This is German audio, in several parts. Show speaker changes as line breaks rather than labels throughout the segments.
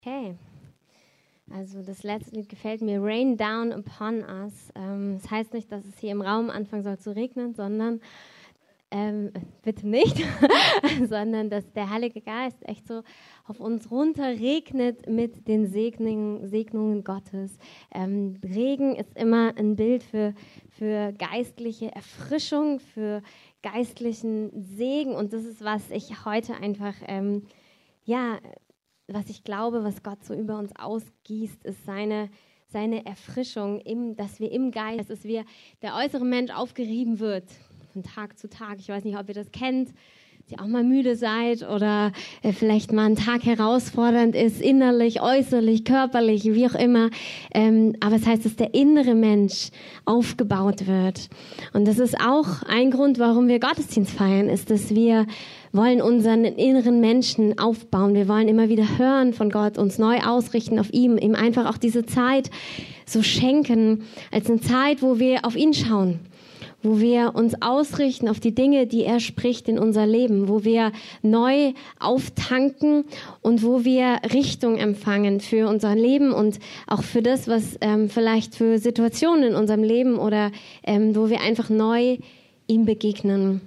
Okay, also das letzte Lied gefällt mir, Rain Down Upon Us. Das heißt nicht, dass es hier im Raum anfangen soll zu regnen, sondern, bitte nicht, sondern dass der Heilige Geist echt so auf uns runterregnet mit den Segnungen Gottes. Regen ist immer ein Bild für geistliche Erfrischung, für geistlichen Segen, und das ist, was ich heute einfach, was ich glaube, was Gott so über uns ausgießt, ist seine Erfrischung, dass wir im Geist, dass der äußere Mensch aufgerieben wird von Tag zu Tag. Ich weiß nicht, ob ihr das kennt, dass ihr auch mal müde seid oder vielleicht mal ein Tag herausfordernd ist, innerlich, äußerlich, körperlich, wie auch immer. Aber es heißt, dass der innere Mensch aufgebaut wird. Und das ist auch ein Grund, warum wir Gottesdienst feiern, ist, dass wir wollen unseren inneren Menschen aufbauen. Wir wollen immer wieder hören von Gott, uns neu ausrichten auf ihm, ihm einfach auch diese Zeit so schenken, als eine Zeit, wo wir auf ihn schauen, wo wir uns ausrichten auf die Dinge, die er spricht in unser Leben, wo wir neu auftanken und wo wir Richtung empfangen für unser Leben und auch für das, was vielleicht für Situationen in unserem Leben oder wo wir einfach neu ihm begegnen.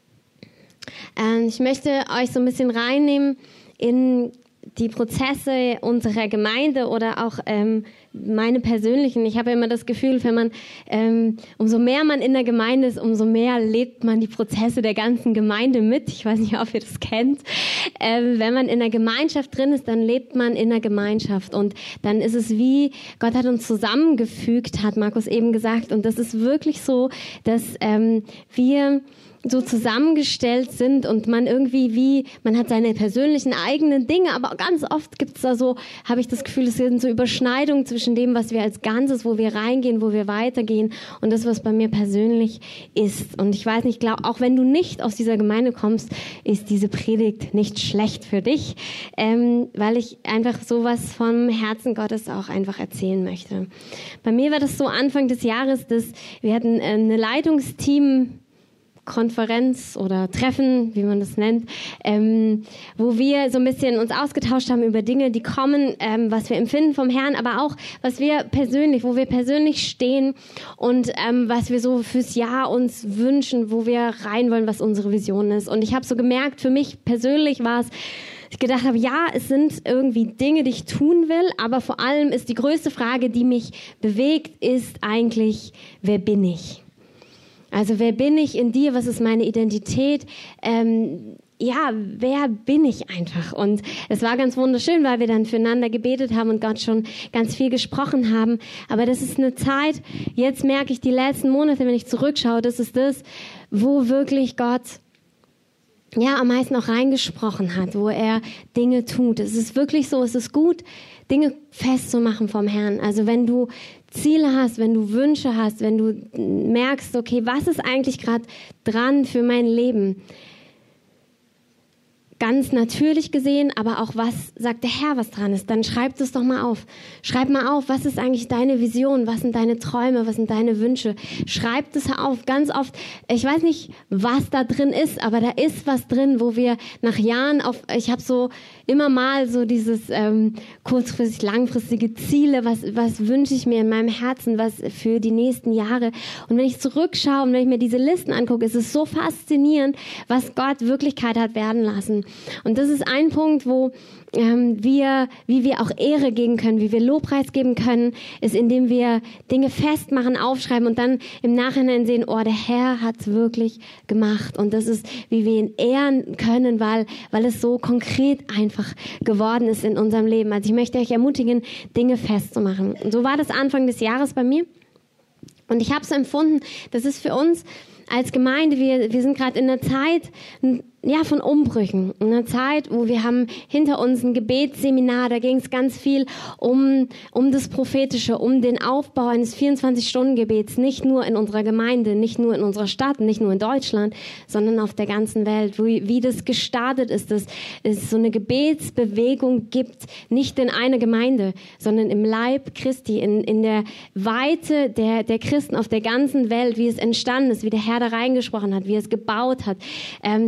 Ich möchte euch so ein bisschen reinnehmen in die Prozesse unserer Gemeinde oder auch meine persönlichen. Ich habe ja immer das Gefühl, wenn man, umso mehr man in der Gemeinde ist, umso mehr lebt man die Prozesse der ganzen Gemeinde mit. Ich weiß nicht, ob ihr das kennt. Wenn man in der Gemeinschaft drin ist, dann lebt man in der Gemeinschaft. Und dann ist es wie, Gott hat uns zusammengefügt, hat Markus eben gesagt. Und das ist wirklich so, dass wir so zusammengestellt sind und man irgendwie man hat seine persönlichen eigenen Dinge, aber ganz oft gibt es da so, habe ich das Gefühl, es sind so Überschneidungen zwischen dem, was wir als Ganzes, wo wir reingehen, wo wir weitergehen und das, was bei mir persönlich ist. Und ich weiß nicht, auch wenn du nicht aus dieser Gemeinde kommst, ist diese Predigt nicht schlecht für dich, weil ich einfach sowas vom Herzen Gottes auch einfach erzählen möchte. Bei mir war das so Anfang des Jahres, dass wir hatten eine Leitungsteam Konferenz oder Treffen, wie man das nennt, wo wir so ein bisschen uns ausgetauscht haben über Dinge, die kommen, was wir empfinden vom Herrn, aber auch, wo wir persönlich stehen und was wir so fürs Jahr uns wünschen, wo wir rein wollen, was unsere Vision ist. Und ich habe so gemerkt, für mich persönlich war es, ich gedacht habe, ja, es sind irgendwie Dinge, die ich tun will, aber vor allem ist die größte Frage, die mich bewegt, ist eigentlich, wer bin ich? Also wer bin ich in dir? Was ist meine Identität? Wer bin ich einfach? Und es war ganz wunderschön, weil wir dann füreinander gebetet haben und Gott schon ganz viel gesprochen haben. Aber das ist eine Zeit, jetzt merke ich die letzten Monate, wenn ich zurückschaue, das ist das, wo wirklich Gott am meisten auch reingesprochen hat, wo er Dinge tut. Es ist wirklich so, es ist gut, Dinge festzumachen vom Herrn. Also wenn du Ziele hast, wenn du Wünsche hast, wenn du merkst, okay, was ist eigentlich gerade dran für mein Leben? Ganz natürlich gesehen, aber auch was sagt der Herr, was dran ist, dann schreib das doch mal auf. Schreib mal auf, was ist eigentlich deine Vision, was sind deine Träume, was sind deine Wünsche. Schreib das auf, ganz oft, ich weiß nicht, was da drin ist, aber da ist was drin, wo wir nach Jahren ich habe so immer mal so dieses kurzfristig, langfristige Ziele, was wünsche ich mir in meinem Herzen, was für die nächsten Jahre. Und wenn ich zurückschaue und wenn ich mir diese Listen angucke, ist es so faszinierend, was Gott Wirklichkeit hat werden lassen. Und das ist ein Punkt, wo wie wir auch Ehre geben können, wie wir Lobpreis geben können, ist, indem wir Dinge festmachen, aufschreiben und dann im Nachhinein sehen, oh, der Herr hat es wirklich gemacht. Und das ist, wie wir ihn ehren können, weil es so konkret einfach geworden ist in unserem Leben. Also ich möchte euch ermutigen, Dinge festzumachen. Und so war das Anfang des Jahres bei mir. Und ich habe so empfunden, das ist für uns als Gemeinde, wir sind gerade in einer Zeit, von Umbrüchen. In einer Zeit, wo wir haben hinter uns ein Gebetsseminar, da ging es ganz viel um das Prophetische, um den Aufbau eines 24-Stunden-Gebets, nicht nur in unserer Gemeinde, nicht nur in unserer Stadt, nicht nur in Deutschland, sondern auf der ganzen Welt. Wie das gestartet ist, dass es so eine Gebetsbewegung gibt, nicht in einer Gemeinde, sondern im Leib Christi, in der Weite der Christen auf der ganzen Welt, wie es entstanden ist, wie der Herr da reingesprochen hat, wie er es gebaut hat. Es sind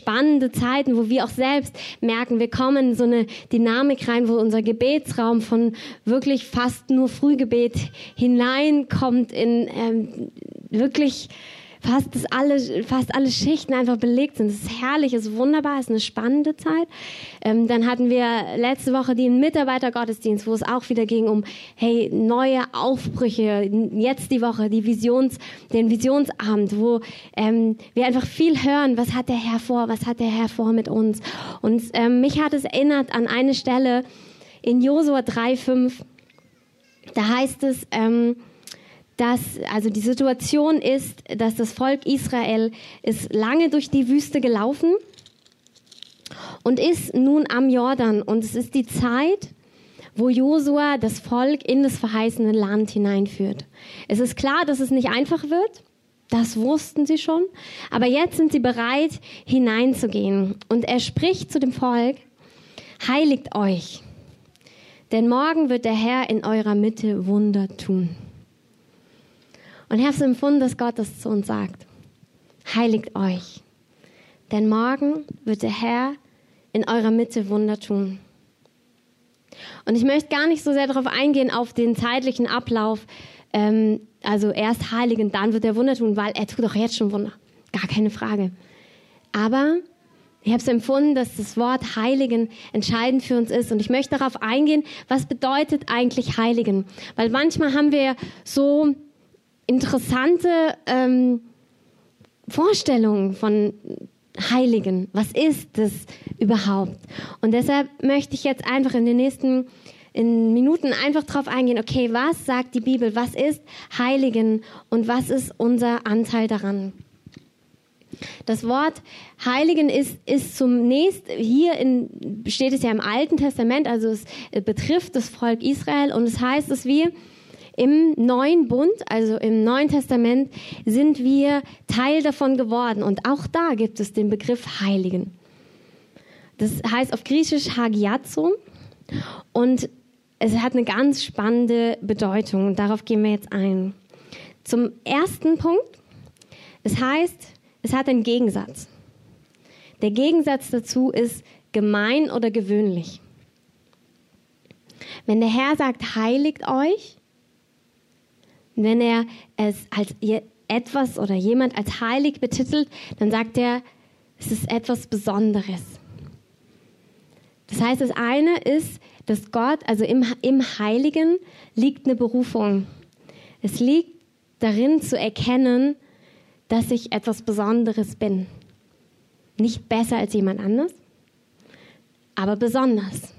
spannende Zeiten, wo wir auch selbst merken, wir kommen in so eine Dynamik rein, wo unser Gebetsraum von wirklich fast nur Frühgebet hineinkommt in wirklich fast alle Schichten einfach belegt sind. Es ist herrlich, es ist wunderbar, es ist eine spannende Zeit. Dann hatten wir letzte Woche den Mitarbeitergottesdienst, wo es auch wieder ging um neue Aufbrüche. Jetzt die Woche den Visionsabend, wo wir einfach viel hören, was hat der Herr vor mit uns. Und mich hat es erinnert an eine Stelle in Josua 3,5. Da heißt es, also die Situation ist, dass das Volk Israel ist lange durch die Wüste gelaufen und ist nun am Jordan. Und es ist die Zeit, wo Josua das Volk in das verheißene Land hineinführt. Es ist klar, dass es nicht einfach wird. Das wussten sie schon. Aber jetzt sind sie bereit, hineinzugehen. Und er spricht zu dem Volk: Heiligt euch, denn morgen wird der Herr in eurer Mitte Wunder tun. Und ich habe es empfunden, dass Gott das zu uns sagt. Heiligt euch, denn morgen wird der Herr in eurer Mitte Wunder tun. Und ich möchte gar nicht so sehr darauf eingehen, auf den zeitlichen Ablauf, also erst heiligen, dann wird er Wunder tun, weil er tut auch jetzt schon Wunder. Gar keine Frage. Aber ich habe es empfunden, dass das Wort Heiligen entscheidend für uns ist. Und ich möchte darauf eingehen, was bedeutet eigentlich Heiligen? Weil manchmal haben wir so interessante Vorstellungen von Heiligen. Was ist das überhaupt? Und deshalb möchte ich jetzt einfach in den nächsten Minuten einfach drauf eingehen, okay, was sagt die Bibel? Was ist Heiligen und was ist unser Anteil daran? Das Wort Heiligen ist zunächst, steht es ja im Alten Testament, also es betrifft das Volk Israel und es heißt, dass wir im neuen Bund, also im Neuen Testament, sind wir Teil davon geworden. Und auch da gibt es den Begriff Heiligen. Das heißt auf Griechisch Hagiazo. Und es hat eine ganz spannende Bedeutung. Und darauf gehen wir jetzt ein. Zum ersten Punkt. Es heißt, es hat einen Gegensatz. Der Gegensatz dazu ist gemein oder gewöhnlich. Wenn der Herr sagt, heiligt euch, wenn er es als etwas oder jemand als heilig betitelt, dann sagt er, es ist etwas Besonderes. Das heißt, das eine ist, dass Gott, also im Heiligen liegt eine Berufung. Es liegt darin zu erkennen, dass ich etwas Besonderes bin. Nicht besser als jemand anders, aber besonders.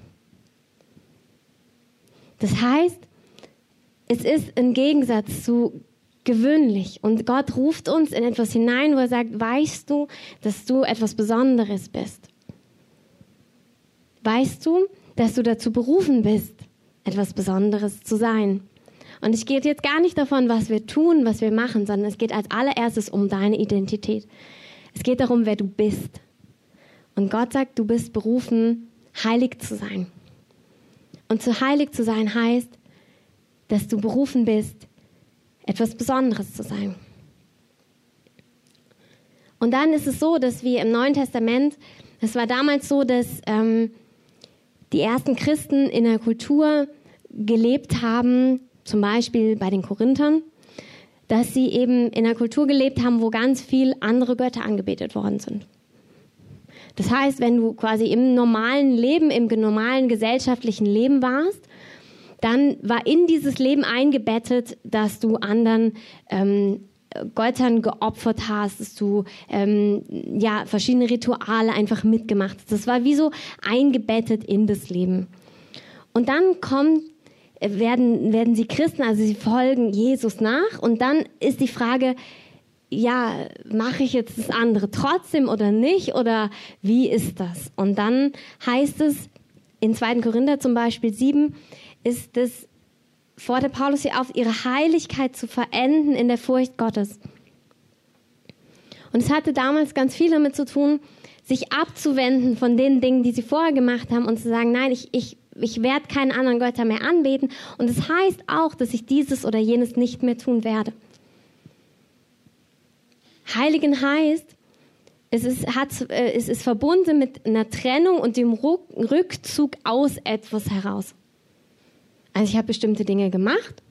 Das heißt, es ist im Gegensatz zu gewöhnlich. Und Gott ruft uns in etwas hinein, wo er sagt, weißt du, dass du etwas Besonderes bist? Weißt du, dass du dazu berufen bist, etwas Besonderes zu sein? Und es geht jetzt gar nicht davon, was wir tun, was wir machen, sondern es geht als allererstes um deine Identität. Es geht darum, wer du bist. Und Gott sagt, du bist berufen, heilig zu sein. Und zu heilig zu sein heißt, dass du berufen bist, etwas Besonderes zu sein. Und dann ist es so, dass wir im Neuen Testament, es war damals so, dass die ersten Christen in der Kultur gelebt haben, zum Beispiel bei den Korinthern, dass sie eben in einer Kultur gelebt haben, wo ganz viel andere Götter angebetet worden sind. Das heißt, wenn du quasi im normalen Leben, im normalen gesellschaftlichen Leben warst, dann war in dieses Leben eingebettet, dass du anderen Göttern geopfert hast, dass du verschiedene Rituale einfach mitgemacht hast. Das war wie so eingebettet in das Leben. Und dann werden sie Christen, also sie folgen Jesus nach. Und dann ist die Frage, ja, mache ich jetzt das andere trotzdem oder nicht? Oder wie ist das? Und dann heißt es in 2. Korinther zum Beispiel 7, ist es, fordert Paulus sie auf, ihre Heiligkeit zu verenden in der Furcht Gottes. Und es hatte damals ganz viel damit zu tun, sich abzuwenden von den Dingen, die sie vorher gemacht haben und zu sagen, nein, ich werde keinen anderen Götter mehr anbeten. Und es heißt auch, dass ich dieses oder jenes nicht mehr tun werde. Heiligen heißt, es ist verbunden mit einer Trennung und dem Rückzug aus etwas heraus. Also ich habe bestimmte Dinge gemacht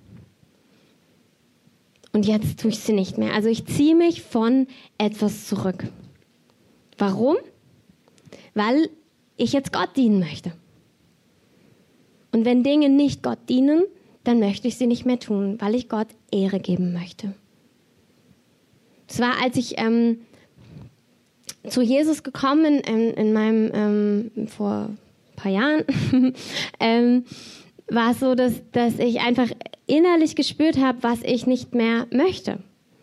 und jetzt tue ich sie nicht mehr. Also ich ziehe mich von etwas zurück. Warum? Weil ich jetzt Gott dienen möchte. Und wenn Dinge nicht Gott dienen, dann möchte ich sie nicht mehr tun, weil ich Gott Ehre geben möchte. Es war, als ich zu Jesus gekommen in meinem vor ein paar Jahren, war es so, dass ich einfach innerlich gespürt habe, was ich nicht mehr möchte.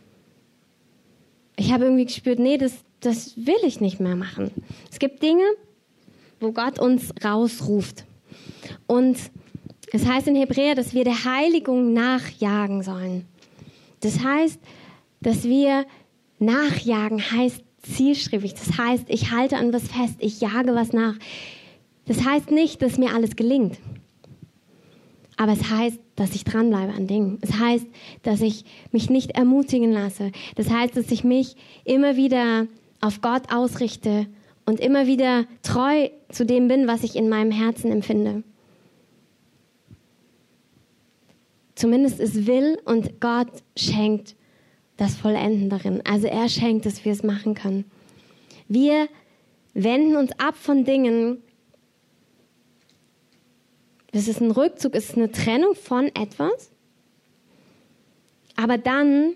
Ich habe irgendwie gespürt, nee, das will ich nicht mehr machen. Es gibt Dinge, wo Gott uns rausruft. Und es heißt in Hebräer, dass wir der Heiligung nachjagen sollen. Das heißt, dass wir nachjagen, heißt zielstrebig. Das heißt, ich halte an was fest, ich jage was nach. Das heißt nicht, dass mir alles gelingt. Aber es heißt, dass ich dranbleibe an Dingen. Es heißt, dass ich mich nicht ermutigen lasse. Das heißt, dass ich mich immer wieder auf Gott ausrichte und immer wieder treu zu dem bin, was ich in meinem Herzen empfinde. Zumindest es will und Gott schenkt das Vollenden darin. Also er schenkt, dass wir es machen können. Wir wenden uns ab von Dingen. Das ist ein Rückzug, es ist eine Trennung von etwas. Aber dann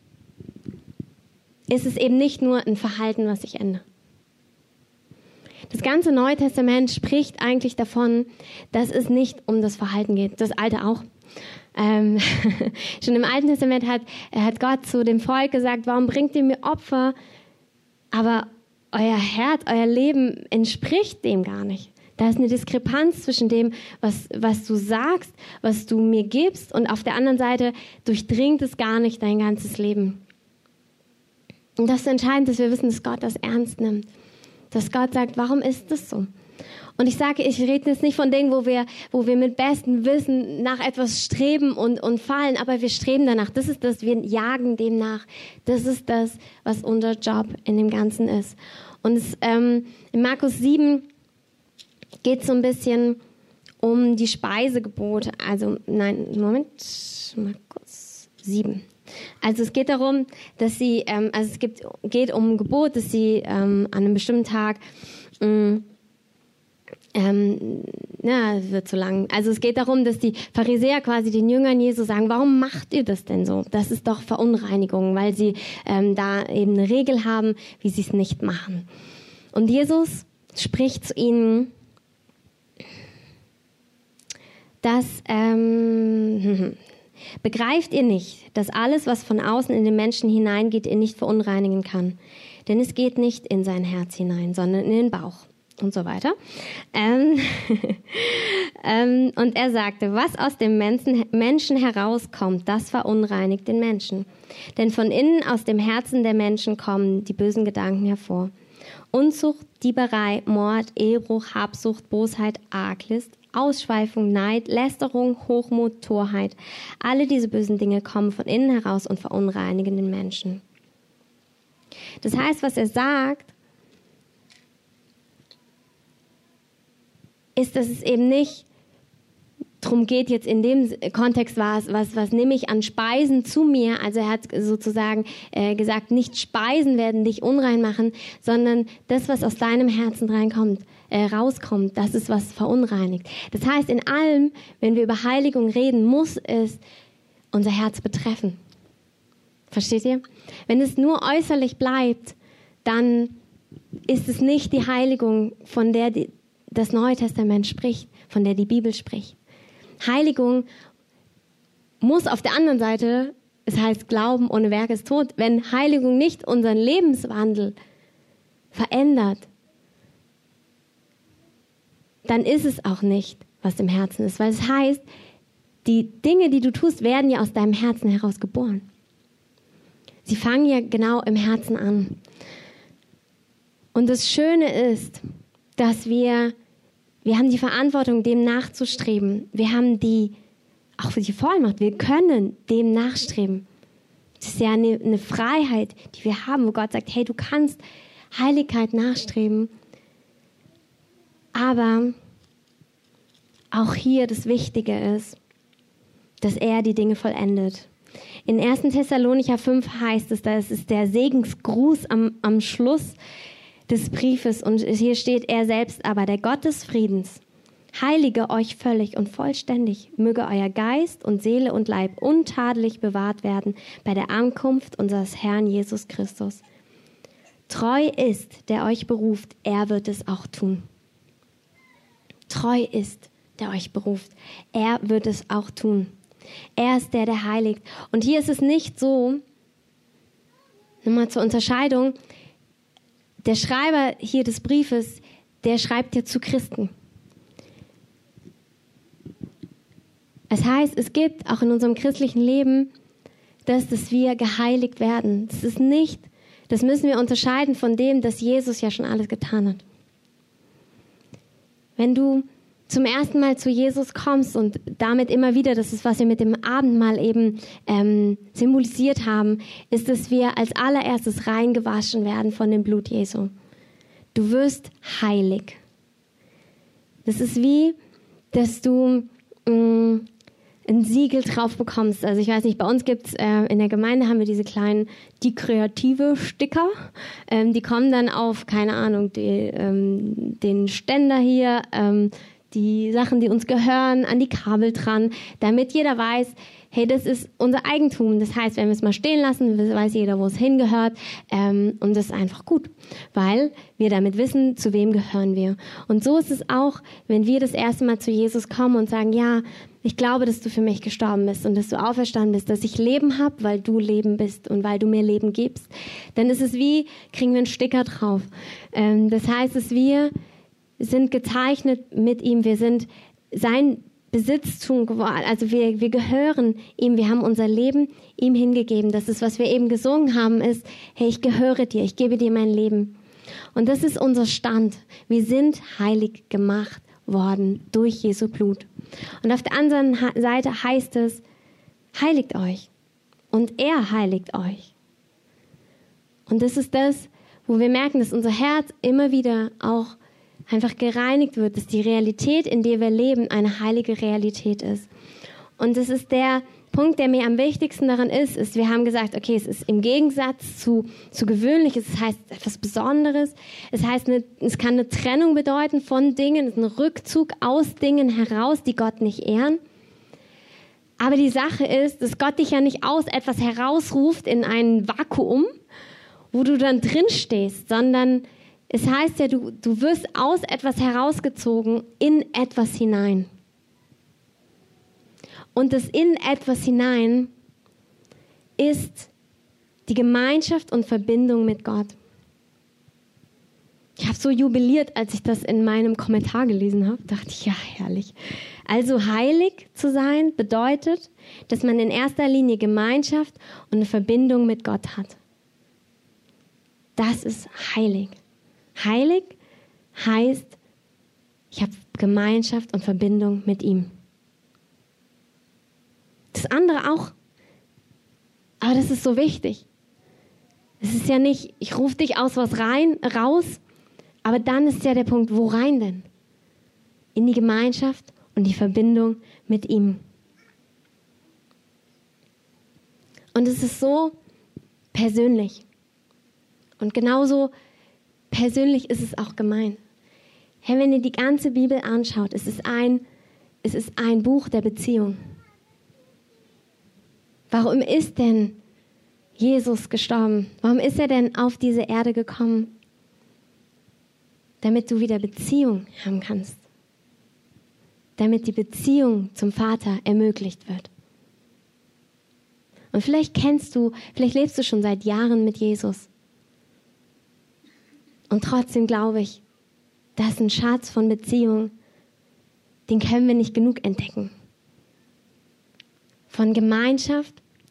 ist es eben nicht nur ein Verhalten, was sich ändert. Das ganze Neue Testament spricht eigentlich davon, dass es nicht um das Verhalten geht. Das Alte auch. Schon im Alten Testament hat Gott zu dem Volk gesagt, warum bringt ihr mir Opfer, aber euer Herz, euer Leben entspricht dem gar nicht. Da ist eine Diskrepanz zwischen dem, was du sagst, was du mir gibst, und auf der anderen Seite durchdringt es gar nicht dein ganzes Leben. Und das ist entscheidend, dass wir wissen, dass Gott das ernst nimmt. Dass Gott sagt, warum ist das so? Und ich rede jetzt nicht von Dingen, wo wir mit bestem Wissen nach etwas streben und fallen, aber wir streben danach. Das ist das, wir jagen dem nach. Das ist das, was unser Job in dem Ganzen ist. Und in Markus 7 geht es so ein bisschen um die Speisegebote. Markus 7. Also es geht darum, dass sie, geht um ein Gebot, dass sie an einem bestimmten Tag wird zu lang. Also es geht darum, dass die Pharisäer quasi den Jüngern Jesu sagen, warum macht ihr das denn so? Das ist doch Verunreinigung, weil sie da eben eine Regel haben, wie sie es nicht machen. Und Jesus spricht zu ihnen, dass begreift ihr nicht, dass alles, was von außen in den Menschen hineingeht, ihn nicht verunreinigen kann? Denn es geht nicht in sein Herz hinein, sondern in den Bauch. Und so weiter. Und er sagte, was aus dem Menschen herauskommt, das verunreinigt den Menschen. Denn von innen aus dem Herzen der Menschen kommen die bösen Gedanken hervor. Unzucht, Dieberei, Mord, Ehebruch, Habsucht, Bosheit, Arglist, Ausschweifung, Neid, Lästerung, Hochmut, Torheit. Alle diese bösen Dinge kommen von innen heraus und verunreinigen den Menschen. Das heißt, was er sagt, ist, dass es eben nicht darum geht, jetzt in dem Kontext was nehme ich an Speisen zu mir. Also er hat sozusagen gesagt, nicht Speisen werden dich unrein machen, sondern das, was aus deinem Herzen rauskommt, das ist, was verunreinigt. Das heißt, in allem, wenn wir über Heiligung reden, muss es unser Herz betreffen. Versteht ihr? Wenn es nur äußerlich bleibt, dann ist es nicht die Heiligung, von der das Neue Testament spricht, von der die Bibel spricht. Heiligung muss auf der anderen Seite, es heißt, Glauben ohne Werke ist tot. Wenn Heiligung nicht unseren Lebenswandel verändert, dann ist es auch nicht, was im Herzen ist. Weil es heißt, die Dinge, die du tust, werden ja aus deinem Herzen heraus geboren. Sie fangen ja genau im Herzen an. Und das Schöne ist, dass wir haben die Verantwortung, dem nachzustreben. Wir haben auch für die Vollmacht, wir können dem nachstreben. Das ist ja eine Freiheit, die wir haben, wo Gott sagt, hey, du kannst Heiligkeit nachstreben. Aber auch hier das Wichtige ist, dass er die Dinge vollendet. In 1. Thessalonicher 5 heißt es, das ist der Segensgruß am Schluss des Briefes. Und hier steht, er selbst aber, der Gott des Friedens, heilige euch völlig und vollständig. Möge euer Geist und Seele und Leib untadelig bewahrt werden bei der Ankunft unseres Herrn Jesus Christus. Treu ist, der euch beruft, er wird es auch tun. Treu ist, der euch beruft, er wird es auch tun. Er ist der heiligt. Und hier ist es nicht so, nochmal zur Unterscheidung, der Schreiber hier des Briefes, der schreibt ja zu Christen. Es heißt, es gibt auch in unserem christlichen Leben, dass wir geheiligt werden. Das müssen wir unterscheiden von dem, dass Jesus ja schon alles getan hat. Wenn du zum ersten Mal zu Jesus kommst und damit immer wieder, das ist, was wir mit dem Abendmahl eben symbolisiert haben, ist, dass wir als allererstes reingewaschen werden von dem Blut Jesu. Du wirst heilig. Das ist wie, dass du ein Siegel drauf bekommst. Also ich weiß nicht, bei uns gibt's in der Gemeinde haben wir diese kleinen, die kreative Sticker. Die kommen dann auf, keine Ahnung, den Ständer hier, die Sachen, die uns gehören, an die Kabel dran, damit jeder weiß, hey, das ist unser Eigentum. Das heißt, wenn wir es mal stehen lassen, weiß jeder, wo es hingehört. Und das ist einfach gut, weil wir damit wissen, zu wem gehören wir. Und so ist es auch, wenn wir das erste Mal zu Jesus kommen und sagen, ja, ich glaube, dass du für mich gestorben bist und dass du auferstanden bist, dass ich Leben habe, weil du Leben bist und weil du mir Leben gibst. Dann ist es wie, kriegen wir einen Sticker drauf. Das heißt, dass wir sind gezeichnet mit ihm, wir sind sein Besitztum geworden, also wir gehören ihm, wir haben unser Leben ihm hingegeben. Das ist, was wir eben gesungen haben, ist, hey, ich gehöre dir, ich gebe dir mein Leben. Und das ist unser Stand. Wir sind heilig gemacht worden durch Jesu Blut. Und auf der anderen Seite heißt es, heiligt euch. Und er heiligt euch. Und das ist das, wo wir merken, dass unser Herz immer wieder auch einfach gereinigt wird, dass die Realität, in der wir leben, eine heilige Realität ist. Und das ist der Punkt, der mir am wichtigsten daran ist, wir haben gesagt, okay, es ist im Gegensatz zu Gewöhnliches, es heißt etwas Besonderes, es heißt, es kann eine Trennung bedeuten von Dingen, ein Rückzug aus Dingen heraus, die Gott nicht ehren. Aber die Sache ist, dass Gott dich ja nicht aus etwas herausruft in ein Vakuum, wo du dann drin stehst, sondern es heißt ja, du wirst aus etwas herausgezogen in etwas hinein. Und das in etwas hinein ist die Gemeinschaft und Verbindung mit Gott. Ich habe so jubiliert, als ich das in meinem Kommentar gelesen habe. Dachte ich, ja, herrlich. Also heilig zu sein bedeutet, dass man in erster Linie Gemeinschaft und eine Verbindung mit Gott hat. Das ist heilig. Heilig heißt, ich habe Gemeinschaft und Verbindung mit ihm. Das andere auch. Aber das ist so wichtig. Es ist ja nicht, ich rufe dich aus was raus, aber dann ist ja der Punkt, wo rein denn? In die Gemeinschaft und die Verbindung mit ihm. Und es ist so persönlich. Und genauso persönlich ist es auch gemein. Hey, wenn ihr die ganze Bibel anschaut, es ist ein Buch der Beziehung. Warum ist denn Jesus gestorben? Warum ist er denn auf diese Erde gekommen? Damit du wieder Beziehung haben kannst. Damit die Beziehung zum Vater ermöglicht wird. Und vielleicht lebst du schon seit Jahren mit Jesus. Und trotzdem glaube ich, das ist ein Schatz von Beziehung, den können wir nicht genug entdecken. Von Gemeinschaft,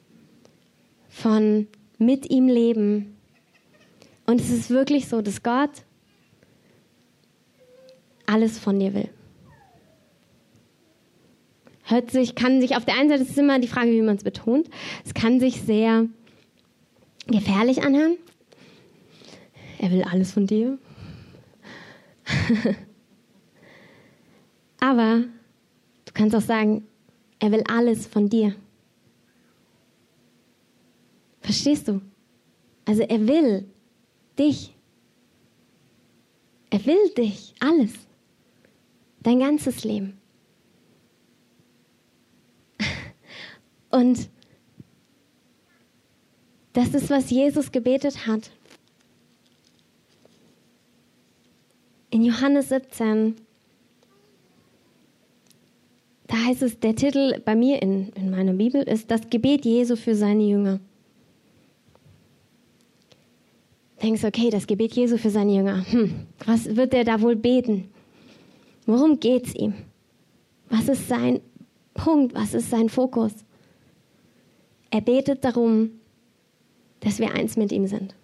von mit ihm leben. Und es ist wirklich so, dass Gott alles von dir will. Kann sich auf der einen Seite, das ist immer die Frage, wie man es betont, es kann sich sehr gefährlich anhören. er will alles von dir. Aber du kannst auch sagen, er will alles von dir. Verstehst du? Also er will dich. Er will dich, alles. Dein ganzes Leben. Und das ist, was Jesus gebetet hat. In Johannes 17, da heißt es, der Titel bei mir in meiner Bibel ist das Gebet Jesu für seine Jünger. Denkst, okay, das Gebet Jesu für seine Jünger. Was wird er da wohl beten? Worum geht's ihm? Was ist sein Punkt? Was ist sein Fokus? Er betet darum, dass wir eins mit ihm sind.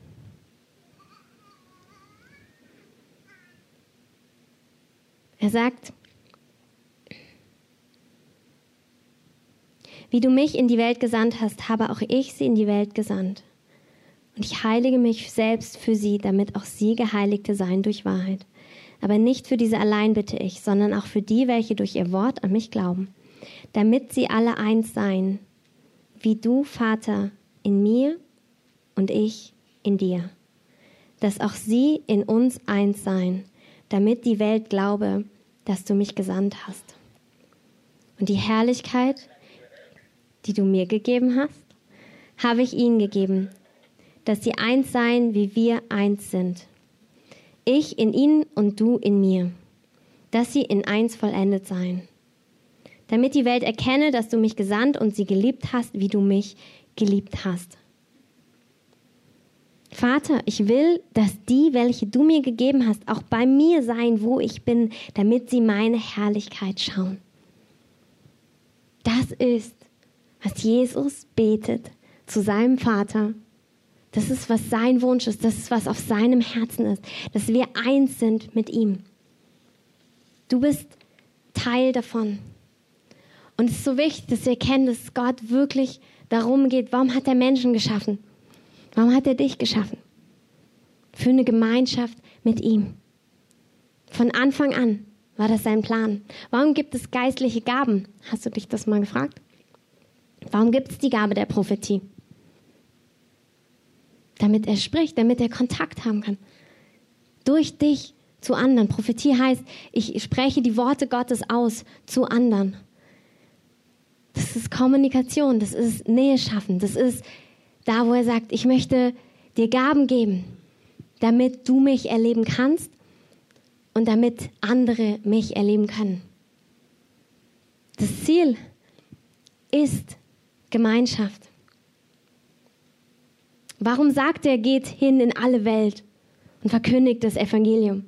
Er sagt, wie du mich in die Welt gesandt hast, habe auch ich sie in die Welt gesandt. Und ich heilige mich selbst für sie, damit auch sie Geheiligte seien durch Wahrheit. Aber nicht für diese allein bitte ich, sondern auch für die, welche durch ihr Wort an mich glauben. Damit sie alle eins seien, wie du, Vater, in mir und ich in dir. Dass auch sie in uns eins seien, damit die Welt glaube, dass du mich gesandt hast. Und die Herrlichkeit, die du mir gegeben hast, habe ich ihnen gegeben, dass sie eins seien, wie wir eins sind. Ich in ihnen und du in mir, dass sie in eins vollendet seien. Damit die Welt erkenne, dass du mich gesandt und sie geliebt hast, wie du mich geliebt hast. Vater, ich will, dass die, welche du mir gegeben hast, auch bei mir sein, wo ich bin, damit sie meine Herrlichkeit schauen. Das ist, was Jesus betet zu seinem Vater. Das ist, was sein Wunsch ist. Das ist, was auf seinem Herzen ist. Dass wir eins sind mit ihm. Du bist Teil davon. Und es ist so wichtig, dass wir erkennen, dass Gott wirklich darum geht, warum hat er Menschen geschaffen? Warum hat er dich geschaffen? Für eine Gemeinschaft mit ihm. Von Anfang an war das sein Plan. Warum gibt es geistliche Gaben? Hast du dich das mal gefragt? Warum gibt es die Gabe der Prophetie? Damit er spricht, damit er Kontakt haben kann. Durch dich zu anderen. Prophetie heißt, ich spreche die Worte Gottes aus zu anderen. Das ist Kommunikation, das ist Nähe schaffen, das ist da, wo er sagt, ich möchte dir Gaben geben, damit du mich erleben kannst und damit andere mich erleben können. Das Ziel ist Gemeinschaft. Warum sagt er, geht hin in alle Welt und verkündigt das Evangelium?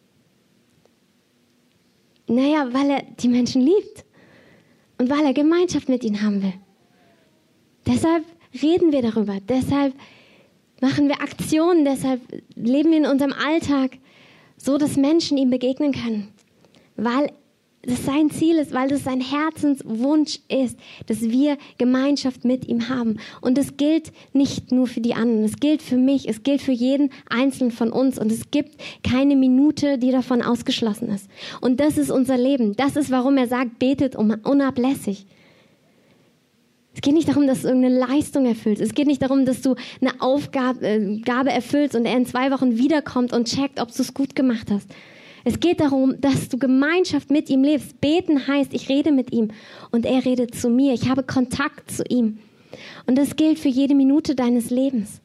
Naja, weil er die Menschen liebt und weil er Gemeinschaft mit ihnen haben will. Deshalb reden wir darüber, deshalb machen wir Aktionen, deshalb leben wir in unserem Alltag so, dass Menschen ihm begegnen können. Weil das sein Ziel ist, weil das sein Herzenswunsch ist, dass wir Gemeinschaft mit ihm haben. Und es gilt nicht nur für die anderen, es gilt für mich, es gilt für jeden Einzelnen von uns. Und es gibt keine Minute, die davon ausgeschlossen ist. Und das ist unser Leben. Das ist, warum er sagt, betet unablässig. Es geht nicht darum, dass du irgendeine Leistung erfüllst. Es geht nicht darum, dass du eine Gabe erfüllst und er in 2 Wochen wiederkommt und checkt, ob du es gut gemacht hast. Es geht darum, dass du Gemeinschaft mit ihm lebst. Beten heißt, ich rede mit ihm und er redet zu mir. Ich habe Kontakt zu ihm. Und das gilt für jede Minute deines Lebens.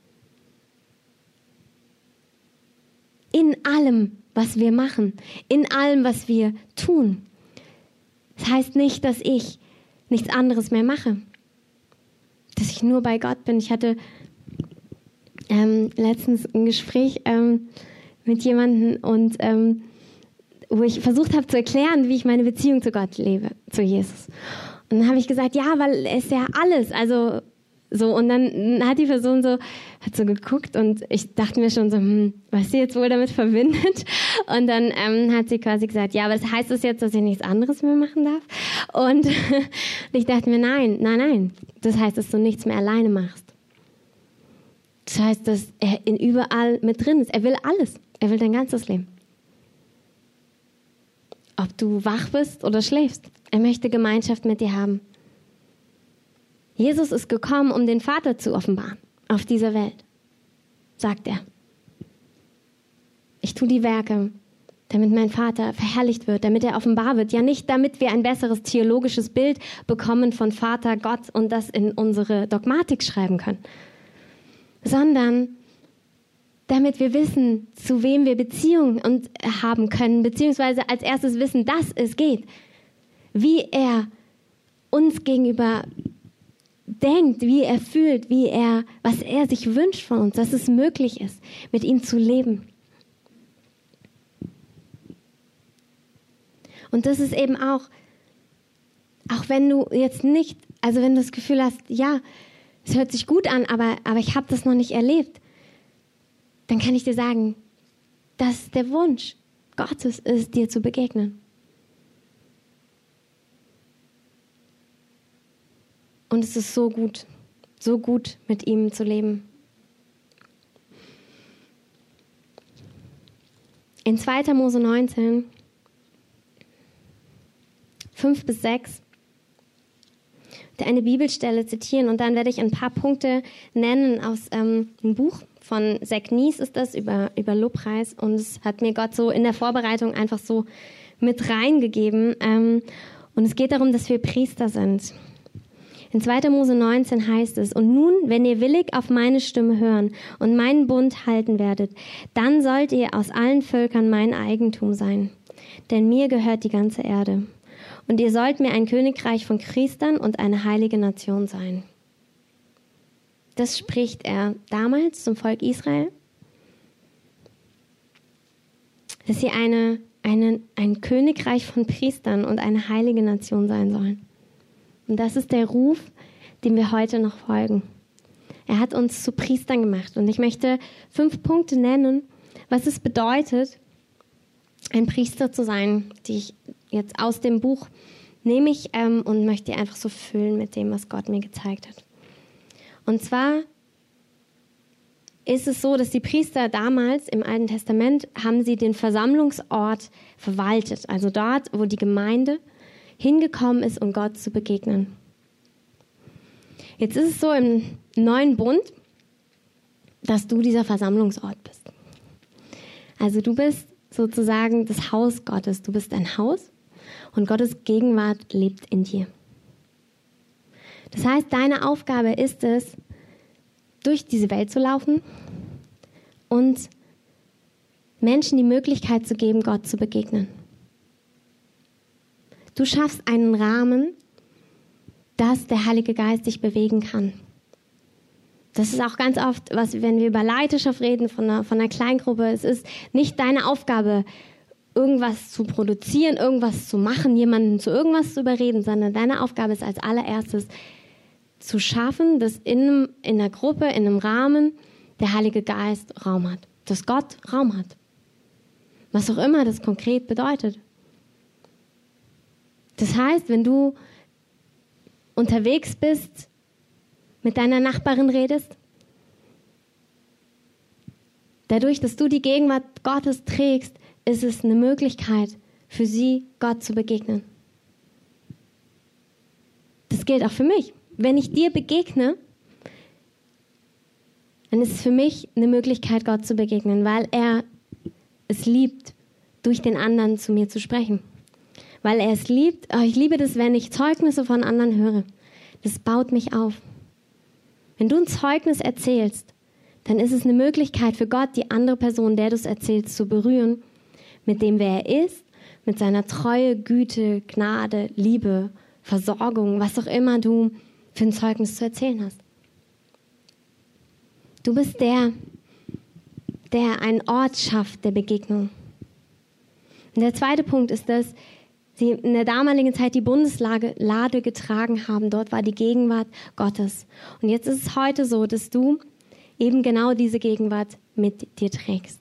In allem, was wir machen, in allem, was wir tun. Das heißt nicht, dass ich nichts anderes mehr mache. Dass ich nur bei Gott bin. Ich hatte letztens ein Gespräch mit jemandem und wo ich versucht habe zu erklären, wie ich meine Beziehung zu Gott lebe, zu Jesus. Und dann habe ich gesagt, ja, weil er ist ja alles, also so. Und dann hat die Person hat so geguckt und ich dachte mir schon so, was sie jetzt wohl damit verbindet. Und dann hat sie quasi gesagt, ja, aber das heißt das jetzt, dass ich nichts anderes mehr machen darf? Und ich dachte mir, nein, das heißt, dass du nichts mehr alleine machst. Das Das heißt, dass er überall mit drin ist. Er will alles. Er will dein ganzes Leben. Ob du wach bist oder schläfst. Er möchte Gemeinschaft mit dir haben. Jesus ist gekommen, um den Vater zu offenbaren auf dieser Welt, sagt er. Ich tue die Werke, damit mein Vater verherrlicht wird, damit er offenbar wird. Ja, nicht damit wir ein besseres theologisches Bild bekommen von Vater Gott und das in unsere Dogmatik schreiben können, sondern damit wir wissen, zu wem wir Beziehung haben können, beziehungsweise als erstes wissen, dass es geht, wie er uns gegenüber denkt, wie er fühlt, was er sich wünscht von uns, dass es möglich ist, mit ihm zu leben. Und das ist eben auch wenn du jetzt nicht, also wenn du das Gefühl hast, ja, es hört sich gut an, aber ich habe das noch nicht erlebt, dann kann ich dir sagen, dass der Wunsch Gottes ist, dir zu begegnen. Und es ist so gut mit ihm zu leben. In 2. Mose 19, 5-6, eine Bibelstelle zitieren und dann werde ich ein paar Punkte nennen aus einem Buch von Zach Nies ist das, über Lobpreis, und es hat mir Gott so in der Vorbereitung einfach so mit reingegeben. Und es geht darum, dass wir Priester sind. In 2. Mose 19 heißt es: Und nun, wenn ihr willig auf meine Stimme hören und meinen Bund halten werdet, dann sollt ihr aus allen Völkern mein Eigentum sein. Denn mir gehört die ganze Erde. Und ihr sollt mir ein Königreich von Priestern und eine heilige Nation sein. Das spricht er damals zum Volk Israel, dass sie ein Königreich von Priestern und eine heilige Nation sein sollen. Und das ist der Ruf, dem wir heute noch folgen. Er hat uns zu Priestern gemacht. Und ich möchte 5 Punkte nennen, was es bedeutet, ein Priester zu sein, die ich jetzt aus dem Buch nehme ich und möchte einfach so füllen mit dem, was Gott mir gezeigt hat. Und zwar ist es so, dass die Priester damals im Alten Testament haben sie den Versammlungsort verwaltet. Also dort, wo die Gemeinde hingekommen ist, um Gott zu begegnen. Jetzt ist es so im neuen Bund, dass du dieser Versammlungsort bist. Also du bist sozusagen das Haus Gottes. Du bist ein Haus und Gottes Gegenwart lebt in dir. Das heißt, deine Aufgabe ist es, durch diese Welt zu laufen und Menschen die Möglichkeit zu geben, Gott zu begegnen. Du schaffst einen Rahmen, dass der Heilige Geist dich bewegen kann. Das ist auch ganz oft, wenn wir über Leiterschaft reden von einer Kleingruppe, es ist nicht deine Aufgabe, irgendwas zu produzieren, irgendwas zu machen, jemanden zu irgendwas zu überreden, sondern deine Aufgabe ist als allererstes zu schaffen, dass in einer Gruppe, in einem Rahmen der Heilige Geist Raum hat, dass Gott Raum hat. Was auch immer das konkret bedeutet. Das heißt, wenn du unterwegs bist, mit deiner Nachbarin redest, dadurch, dass du die Gegenwart Gottes trägst, ist es eine Möglichkeit für sie, Gott zu begegnen. Das gilt auch für mich. Wenn ich dir begegne, dann ist es für mich eine Möglichkeit, Gott zu begegnen, weil er es liebt, durch den anderen zu mir zu sprechen. Weil er es liebt. Ich liebe das, wenn ich Zeugnisse von anderen höre. Das baut mich auf. Wenn du ein Zeugnis erzählst, dann ist es eine Möglichkeit für Gott, die andere Person, der du es erzählst, zu berühren, mit dem, wer er ist, mit seiner Treue, Güte, Gnade, Liebe, Versorgung, was auch immer du für ein Zeugnis zu erzählen hast. Du bist der einen Ort schafft der Begegnung. Und der zweite Punkt ist, dass sie in der damaligen Zeit die Bundeslade getragen haben. Dort war die Gegenwart Gottes. Und jetzt ist es heute so, dass du eben genau diese Gegenwart mit dir trägst.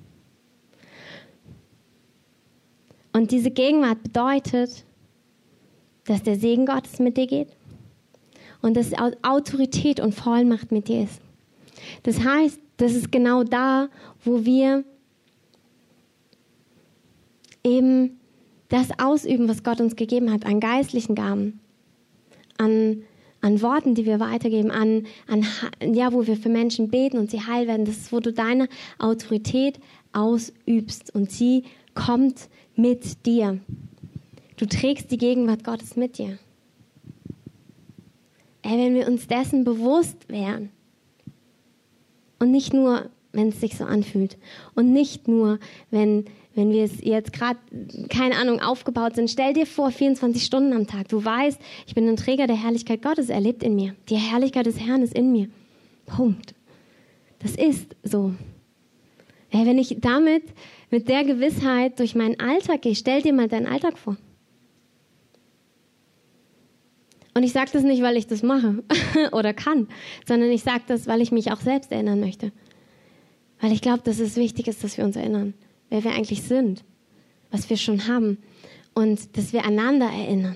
Und diese Gegenwart bedeutet, dass der Segen Gottes mit dir geht und dass Autorität und Vollmacht mit dir ist. Das heißt, das ist genau da, wo wir eben das ausüben, was Gott uns gegeben hat, an geistlichen Gaben, an Worten, die wir weitergeben, wo wir für Menschen beten und sie heil werden. Das ist, wo du deine Autorität ausübst und sie kommt mit dir. Du trägst die Gegenwart Gottes mit dir. Wenn wir uns dessen bewusst wären und nicht nur, wenn es sich so anfühlt und nicht nur, wenn wir es jetzt gerade, keine Ahnung, aufgebaut sind. Stell dir vor, 24 Stunden am Tag. Du weißt, ich bin ein Träger der Herrlichkeit Gottes, er lebt in mir. Die Herrlichkeit des Herrn ist in mir. Punkt. Das ist so. Wenn ich mit der Gewissheit durch meinen Alltag gehe, stell dir mal deinen Alltag vor. Und ich sage das nicht, weil ich das mache oder kann, sondern ich sage das, weil ich mich auch selbst erinnern möchte. Weil ich glaube, dass es wichtig ist, dass wir uns erinnern, wer wir eigentlich sind, was wir schon haben und dass wir einander erinnern.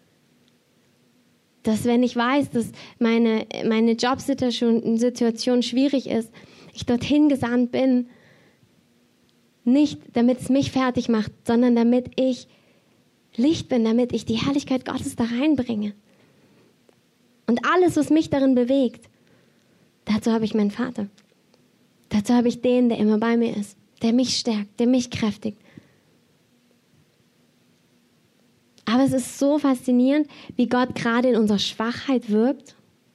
Dass wenn ich weiß, dass meine Jobsituation schwierig ist, ich dorthin gesandt bin, nicht damit es mich fertig macht, sondern damit ich Licht bin, damit ich die Herrlichkeit Gottes da reinbringe. Und alles, was mich darin bewegt, dazu habe ich meinen Vater. Dazu habe ich den, der immer bei mir ist, der mich stärkt, der mich kräftigt. Aber es ist so faszinierend, wie Gott gerade in unserer Schwachheit wirkt.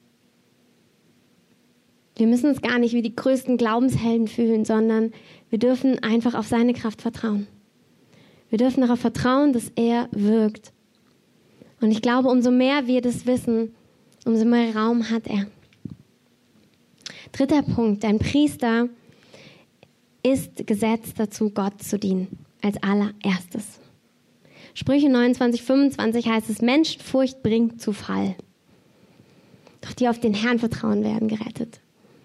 Wir müssen uns gar nicht wie die größten Glaubenshelden fühlen, sondern wir dürfen einfach auf seine Kraft vertrauen. Wir dürfen darauf vertrauen, dass er wirkt. Und ich glaube, umso mehr wir das wissen, umso mehr Raum hat er. 3. Punkt, ein Priester ist gesetzt dazu, Gott zu dienen, als allererstes. Sprüche 29,25 heißt es, Menschenfurcht bringt zu Fall. Doch die auf den Herrn vertrauen, werden gerettet.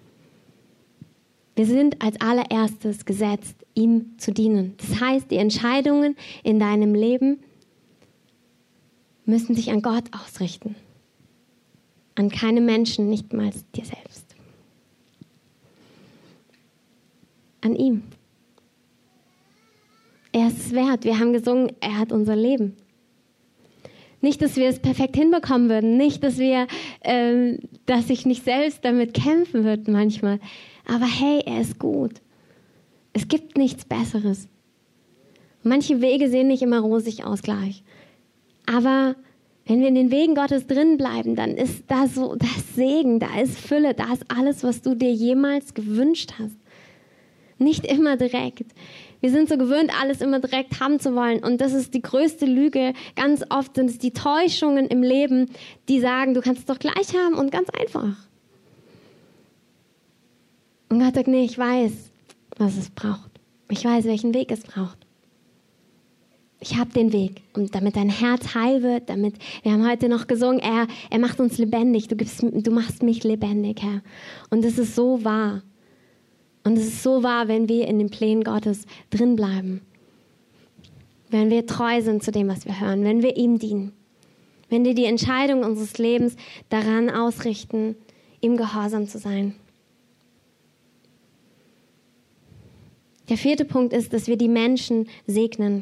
Wir sind als allererstes gesetzt, ihm zu dienen. Das heißt, die Entscheidungen in deinem Leben müssen sich an Gott ausrichten. An keine Menschen, nicht mal dir selbst. An ihm. Er ist es wert. Wir haben gesungen, er hat unser Leben. Nicht, dass wir es perfekt hinbekommen würden. Nicht, dass ich nicht selbst damit kämpfen würde manchmal. Aber hey, er ist gut. Es gibt nichts Besseres. Manche Wege sehen nicht immer rosig aus gleich. Aber wenn wir in den Wegen Gottes drin bleiben, dann ist da so das Segen, da ist Fülle, da ist alles, was du dir jemals gewünscht hast. Nicht immer direkt. Wir sind so gewöhnt, alles immer direkt haben zu wollen. Und das ist die größte Lüge. Ganz oft sind es die Täuschungen im Leben, die sagen, du kannst es doch gleich haben und ganz einfach. Und Gott sagt, nee, ich weiß, was es braucht. Ich weiß, welchen Weg es braucht. Ich habe den Weg. Und damit dein Herz heil wird, wir haben heute noch gesungen, er macht uns lebendig. Du machst mich lebendig, Herr. Und es ist so wahr. Und es ist so wahr, wenn wir in den Plänen Gottes drin bleiben. Wenn wir treu sind zu dem, was wir hören. Wenn wir ihm dienen. Wenn wir die Entscheidung unseres Lebens daran ausrichten, ihm gehorsam zu sein. Der 4. Punkt ist, dass wir die Menschen segnen.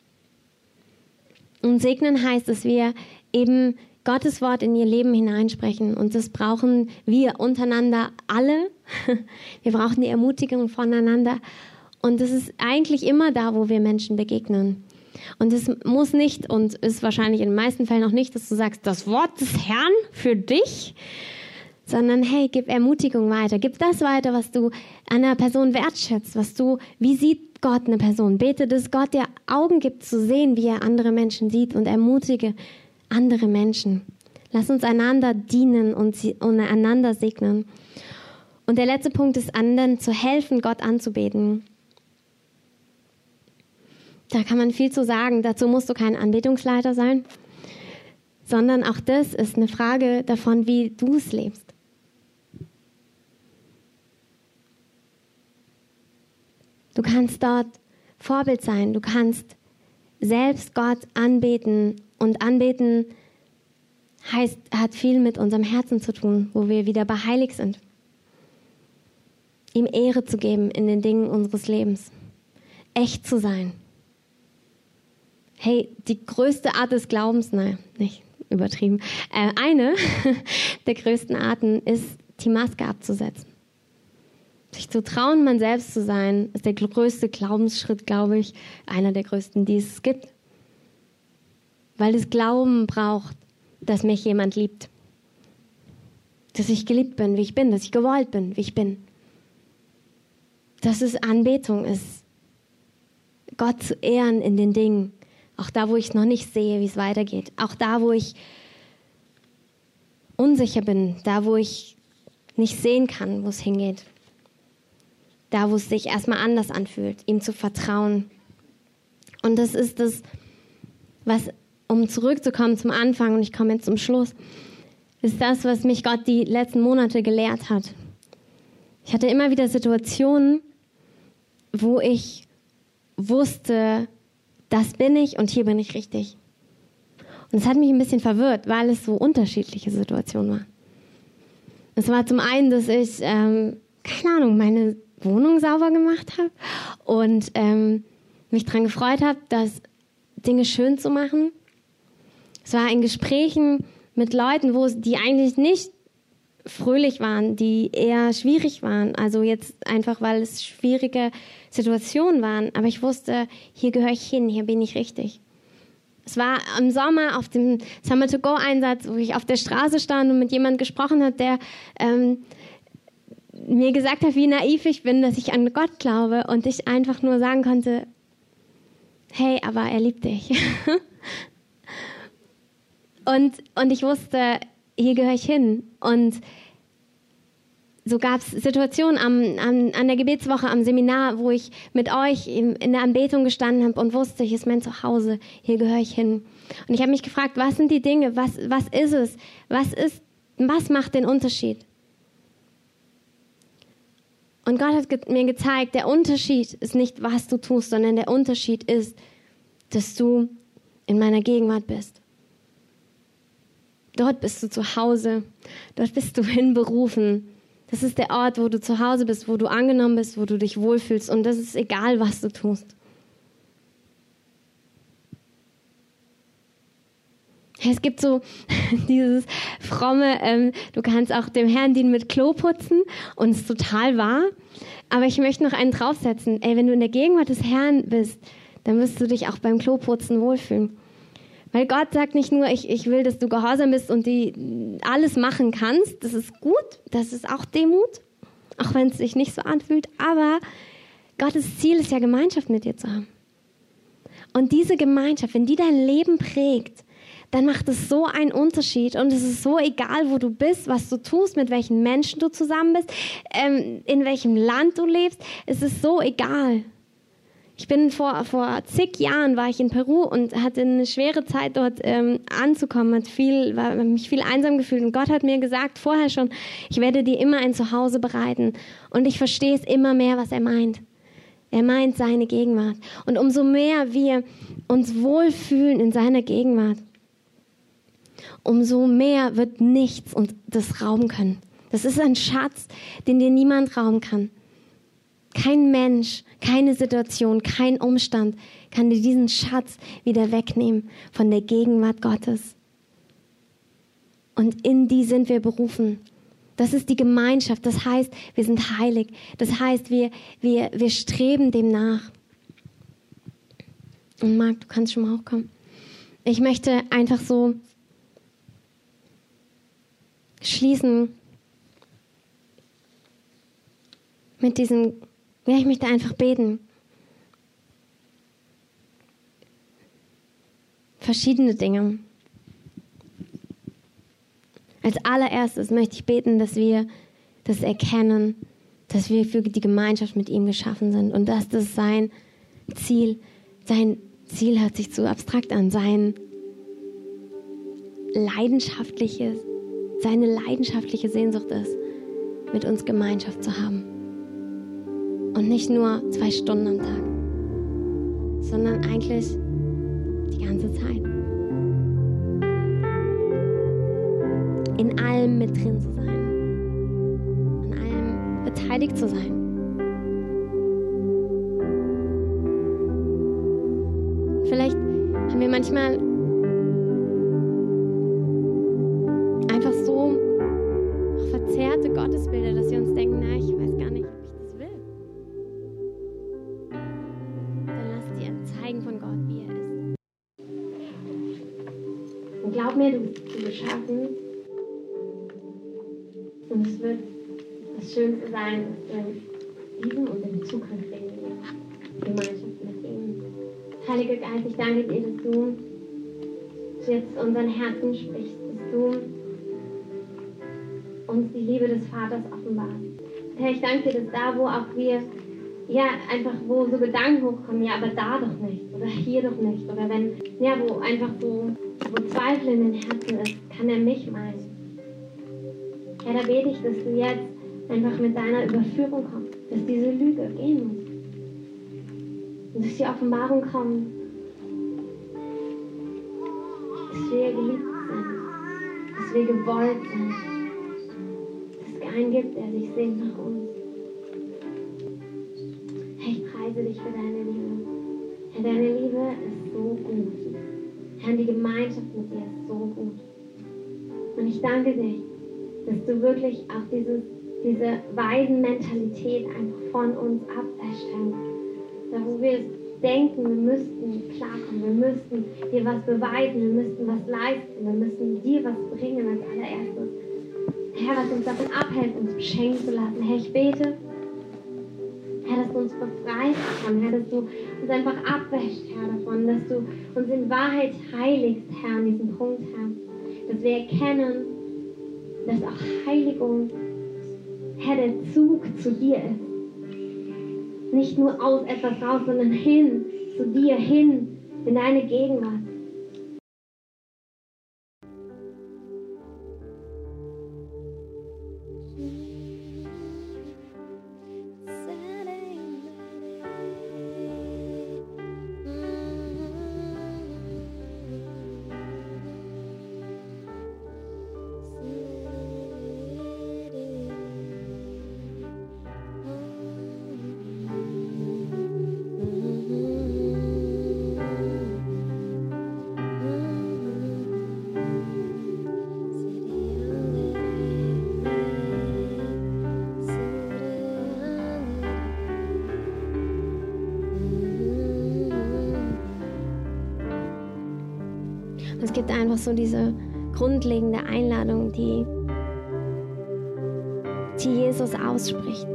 Und segnen heißt, dass wir eben Gottes Wort in ihr Leben hineinsprechen. Und das brauchen wir untereinander alle. Wir brauchen die Ermutigung voneinander. Und das ist eigentlich immer da, wo wir Menschen begegnen. Und es muss nicht und ist wahrscheinlich in den meisten Fällen auch nicht, dass du sagst, das Wort des Herrn für dich, sondern hey, gib Ermutigung weiter. Gib das weiter, was du an einer Person wertschätzt, wie sieht Gott eine Person? Bete, dass Gott dir Augen gibt zu sehen, wie er andere Menschen sieht und ermutige andere Menschen. Lass uns einander dienen und einander segnen. Und der letzte Punkt ist, anderen zu helfen, Gott anzubeten. Da kann man viel zu sagen. Dazu musst du kein Anbetungsleiter sein, sondern auch das ist eine Frage davon, wie du es lebst. Du kannst dort Vorbild sein. Du kannst selbst Gott anbeten. Und anbeten hat viel mit unserem Herzen zu tun, wo wir wieder bei heilig sind. ihm Ehre zu geben in den Dingen unseres Lebens. Echt zu sein. Hey, die größte Art des Glaubens, nein, nicht übertrieben, eine der größten Arten ist, die Maske abzusetzen. Sich zu trauen, man selbst zu sein, ist der größte Glaubensschritt, glaube ich, einer der größten, die es gibt. Weil es Glauben braucht, dass mich jemand liebt. Dass ich geliebt bin, wie ich bin, dass ich gewollt bin, wie ich bin. Dass es Anbetung ist, Gott zu ehren in den Dingen. Auch da, wo ich noch nicht sehe, wie es weitergeht. Auch da, wo ich unsicher bin. Da, wo ich nicht sehen kann, wo es hingeht. Da, wo es sich erstmal anders anfühlt, ihm zu vertrauen. Und das ist das, was, um zurückzukommen zum Anfang, und ich komme jetzt zum Schluss, ist das, was mich Gott die letzten Monate gelehrt hat. Ich hatte immer wieder Situationen, wo ich wusste, das bin ich und hier bin ich richtig. Und es hat mich ein bisschen verwirrt, weil es so unterschiedliche Situationen waren. Es war zum einen, dass ich, keine Ahnung, meine Wohnung sauber gemacht habe und mich daran gefreut habe, das Dinge schön zu machen. Es war in Gesprächen mit Leuten, die eigentlich nicht fröhlich waren, die eher schwierig waren. Also jetzt einfach, weil es schwierige Situationen waren. Aber ich wusste, hier gehöre ich hin, hier bin ich richtig. Es war im Sommer auf dem Summer to Go Einsatz, wo ich auf der Straße stand und mit jemandem gesprochen habe, der mir gesagt hat, wie naiv ich bin, dass ich an Gott glaube und ich einfach nur sagen konnte, hey, aber er liebt dich. Und ich wusste, hier gehöre ich hin. Und so gab es Situationen an der Gebetswoche, am Seminar, wo ich mit euch in der Anbetung gestanden habe und wusste, hier ist mein Zuhause, hier gehöre ich hin. Und ich habe mich gefragt, was sind die Dinge, was ist es, was macht den Unterschied? Und Gott hat mir gezeigt, der Unterschied ist nicht, was du tust, sondern der Unterschied ist, dass du in meiner Gegenwart bist. Dort bist du zu Hause, dort bist du hinberufen. Das ist der Ort, wo du zu Hause bist, wo du angenommen bist, wo du dich wohlfühlst. Und das ist egal, was du tust. Es gibt so dieses fromme, du kannst auch dem Herrn dienen mit Klo putzen und es ist total wahr. Aber ich möchte noch einen draufsetzen. Wenn du in der Gegenwart des Herrn bist, dann wirst du dich auch beim Kloputzen wohlfühlen. Weil Gott sagt nicht nur, ich will, dass du gehorsam bist und die alles machen kannst. Das ist gut, das ist auch Demut, auch wenn es sich nicht so anfühlt. Aber Gottes Ziel ist ja, Gemeinschaft mit dir zu haben. Und diese Gemeinschaft, wenn die dein Leben prägt, dann macht es so einen Unterschied. Und es ist so egal, wo du bist, was du tust, mit welchen Menschen du zusammen bist, in welchem Land du lebst. Es ist so egal. Ich bin vor zig Jahren war ich in Peru und hatte eine schwere Zeit dort anzukommen, habe mich viel einsam gefühlt und Gott hat mir gesagt vorher schon, ich werde dir immer ein Zuhause bereiten und ich verstehe es immer mehr, was er meint. Er meint seine Gegenwart und umso mehr wir uns wohlfühlen in seiner Gegenwart, umso mehr wird nichts uns das rauben können. Das ist ein Schatz, den dir niemand rauben kann. Kein Mensch, keine Situation, kein Umstand kann dir diesen Schatz wieder wegnehmen von der Gegenwart Gottes. Und in die sind wir berufen. Das ist die Gemeinschaft. Das heißt, wir sind heilig. Das heißt, wir streben dem nach. Und Marc, du kannst schon mal hochkommen. Ich möchte einfach so schließen mit diesem. Ja, ich möchte einfach beten. Verschiedene Dinge. Als allererstes möchte ich beten, dass wir das erkennen, dass wir für die Gemeinschaft mit ihm geschaffen sind und dass das sein Ziel hört sich zu abstrakt an, seine leidenschaftliche Sehnsucht ist, mit uns Gemeinschaft zu haben. Und nicht nur 2 Stunden am Tag, sondern eigentlich die ganze Zeit. In allem mit drin zu sein. An allem beteiligt zu sein. manchmal einfach so verzerrte Gottesbilder, dass wir uns denken, na, ich weiß gar nicht, ob ich das will. Dann lass dir zeigen von Gott, wie er ist. Und glaub mir, du bist geschaffen. Und es wird das Schönste sein, dass wir diesen und in Zukunft leben. Gemeinschaft mit ihm. Heiliger Geist, ich danke dir, dass du jetzt zu unseren Herzen sprichst, dass du uns die Liebe des Vaters offenbarst. Herr, ich danke dir, dass da, wo auch wir, ja, einfach, wo so Gedanken hochkommen, ja, aber da doch nicht, oder hier doch nicht, oder wenn, ja, wo einfach so, wo Zweifel in den Herzen ist, kann er mich meinen. Herr, da bete ich, dass du jetzt einfach mit deiner Überführung kommst, dass diese Lüge gehen muss. Und dass die Offenbarung kommt, dass wir geliebt sind, dass wir gewollt sind, dass es keinen gibt, der sich sehnt nach uns. Herr, ich preise dich für deine Liebe. Herr, deine Liebe ist so gut. Herr, die Gemeinschaft mit dir ist so gut. Und ich danke dir, dass du wirklich auch diese Waisenmentalität einfach von uns abwäscht, Herr. Da wo wir denken, wir müssten klarkommen, wir müssten dir was beweisen, wir müssten was leisten, wir müssen dir was bringen als allererstes. Herr, was uns davon abhält, uns beschenken zu lassen. Herr, ich bete, Herr, dass du uns befreist davon, Herr, dass du uns einfach abwäscht, Herr, davon, dass du uns in Wahrheit heiligst, Herr, an diesem Punkt, Herr. Dass wir erkennen, dass auch Heiligung, Herr, der Zug zu dir ist. Nicht nur aus etwas raus, sondern hin zu dir, hin in deine Gegenwart. Es gibt einfach so diese grundlegende Einladung, die Jesus ausspricht.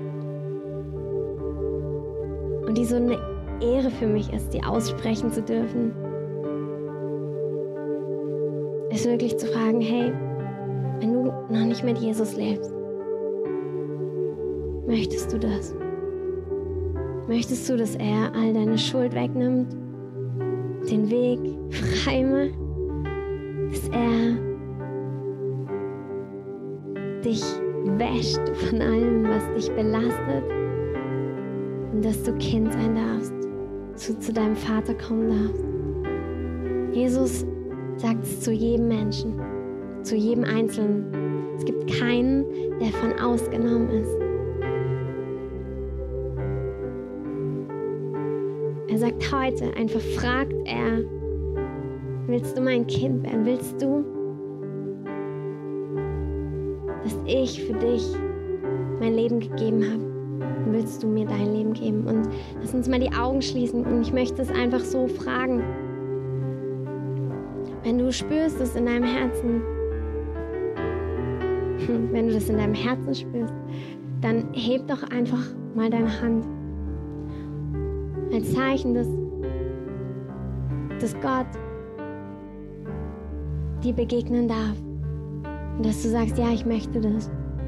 Und die so eine Ehre für mich ist, die aussprechen zu dürfen. Ist wirklich zu fragen, hey, wenn du noch nicht mit Jesus lebst, möchtest du das? Möchtest du, dass er all deine Schuld wegnimmt, den Weg frei macht, dass er dich wäscht von allem, was dich belastet und dass du Kind sein darfst, zu deinem Vater kommen darfst. Jesus sagt es zu jedem Menschen, zu jedem Einzelnen. Es gibt keinen, der von ausgenommen ist. Er sagt heute, einfach fragt er, willst du mein Kind werden? Willst du, dass ich für dich mein Leben gegeben habe? Willst du mir dein Leben geben? Und lass uns mal die Augen schließen und ich möchte es einfach so fragen. Wenn du spürst es in deinem Herzen, wenn du das in deinem Herzen spürst, dann heb doch einfach mal deine Hand. Als Zeichen, dass Gott dir begegnen darf. Und dass du sagst, ja, ich möchte das.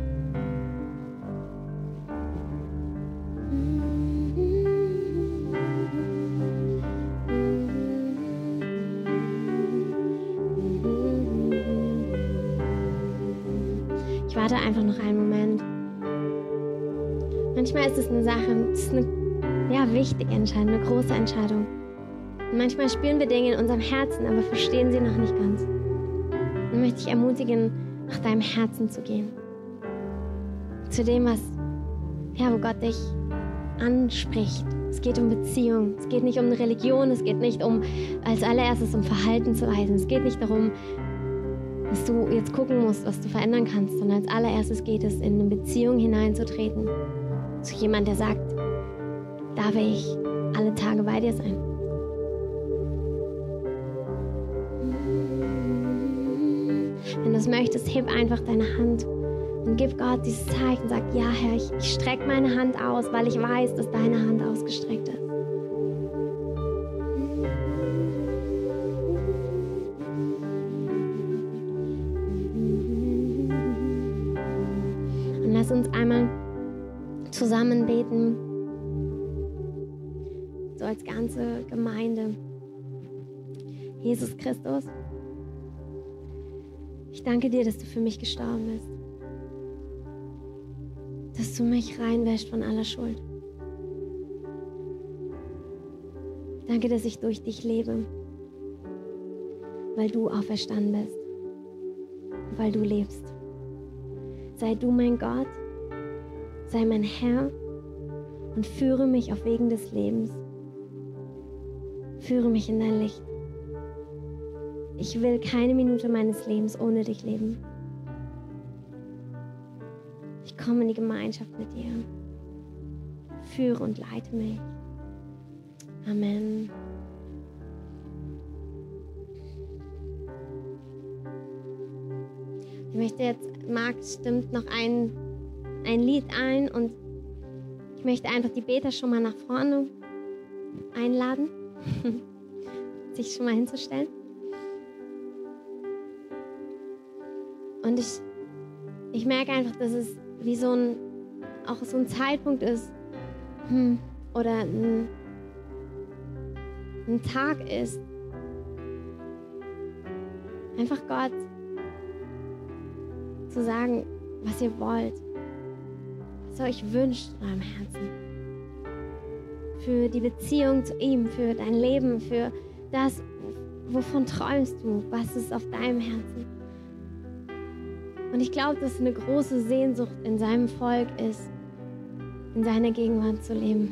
Ich warte einfach noch einen Moment. Manchmal ist es eine Sache, es ist eine wichtige Entscheidung, eine große Entscheidung. Und manchmal spüren wir Dinge in unserem Herzen, aber verstehen sie noch nicht ganz. Und möchte ich ermutigen, nach deinem Herzen zu gehen. Zu dem, wo Gott dich anspricht. Es geht um Beziehung. Es geht nicht um eine Religion. Es geht nicht um als allererstes um Verhaltensweisen. Es geht nicht darum, dass du jetzt gucken musst, was du verändern kannst, sondern als allererstes geht es, in eine Beziehung hineinzutreten. Zu jemandem, der sagt, darf ich alle Tage bei dir sein. Wenn du es möchtest, heb einfach deine Hand und gib Gott dieses Zeichen. Sag, ja Herr, ich strecke meine Hand aus, weil ich weiß, dass deine Hand ausgestreckt ist. Und lass uns einmal zusammen beten, so als ganze Gemeinde. Jesus Christus, ich danke dir, dass du für mich gestorben bist. Dass du mich reinwäschst von aller Schuld. Ich danke, dass ich durch dich lebe, weil du auferstanden bist, weil du lebst. Sei du mein Gott, sei mein Herr und führe mich auf Wegen des Lebens. Führe mich in dein Licht. Ich will keine Minute meines Lebens ohne dich leben. Ich komme in die Gemeinschaft mit dir. Führe und leite mich. Amen. Ich möchte jetzt, Marc stimmt noch ein Lied ein und ich möchte einfach die Beter schon mal nach vorne einladen, sich schon mal hinzustellen. Und ich merke einfach, dass es wie auch so ein Zeitpunkt ist oder ein Tag ist. Einfach Gott zu sagen, was ihr wollt, was ihr euch wünscht in eurem Herzen. Für die Beziehung zu ihm, für dein Leben, für das, wovon träumst du, was ist auf deinem Herzen. Und ich glaube, dass eine große Sehnsucht in seinem Volk ist, in seiner Gegenwart zu leben.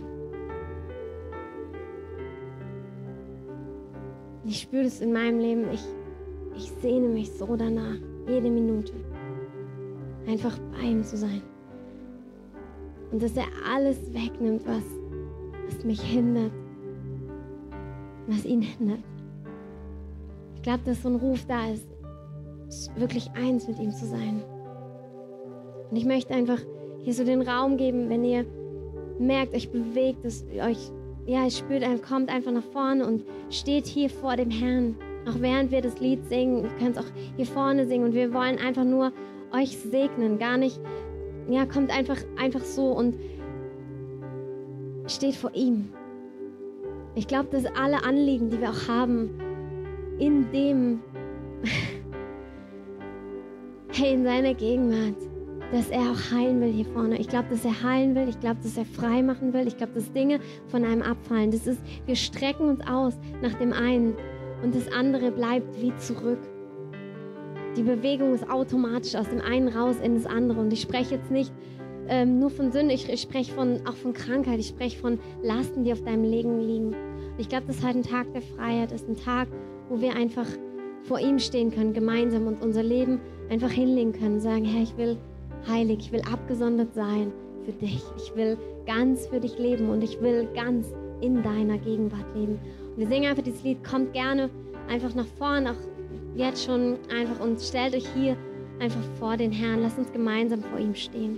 Ich spüre das in meinem Leben. Ich sehne mich so danach, jede Minute, einfach bei ihm zu sein. Und dass er alles wegnimmt, was mich hindert, was ihn hindert. Ich glaube, dass so ein Ruf da ist, wirklich eins mit ihm zu sein. Und ich möchte einfach hier so den Raum geben, wenn ihr merkt, euch bewegt, dass euch, ja, ihr spürt, kommt einfach nach vorne und steht hier vor dem Herrn. Auch während wir das Lied singen, ihr könnt es auch hier vorne singen und wir wollen einfach nur euch segnen, gar nicht, ja, kommt einfach so und steht vor ihm. Ich glaube, dass alle Anliegen, die wir auch haben, in dem in seiner Gegenwart, dass er auch heilen will hier vorne. Ich glaube, dass er heilen will. Ich glaube, dass er frei machen will. Ich glaube, dass Dinge von einem abfallen. Das ist, wir strecken uns aus nach dem einen und das andere bleibt wie zurück. Die Bewegung ist automatisch aus dem einen raus in das andere. Und ich spreche jetzt nicht nur von Sünde, ich spreche auch von Krankheit. Ich spreche von Lasten, die auf deinem Leben liegen. Und ich glaube, dass halt ein Tag der Freiheit ist. Ein Tag, wo wir einfach vor ihm stehen können, gemeinsam und unser Leben einfach hinlegen können, sagen, Herr, ich will heilig, ich will abgesondert sein für dich. Ich will ganz für dich leben und ich will ganz in deiner Gegenwart leben. Und wir singen einfach dieses Lied, kommt gerne einfach nach vorn, auch jetzt schon einfach und stellt euch hier einfach vor den Herrn. Lasst uns gemeinsam vor ihm stehen.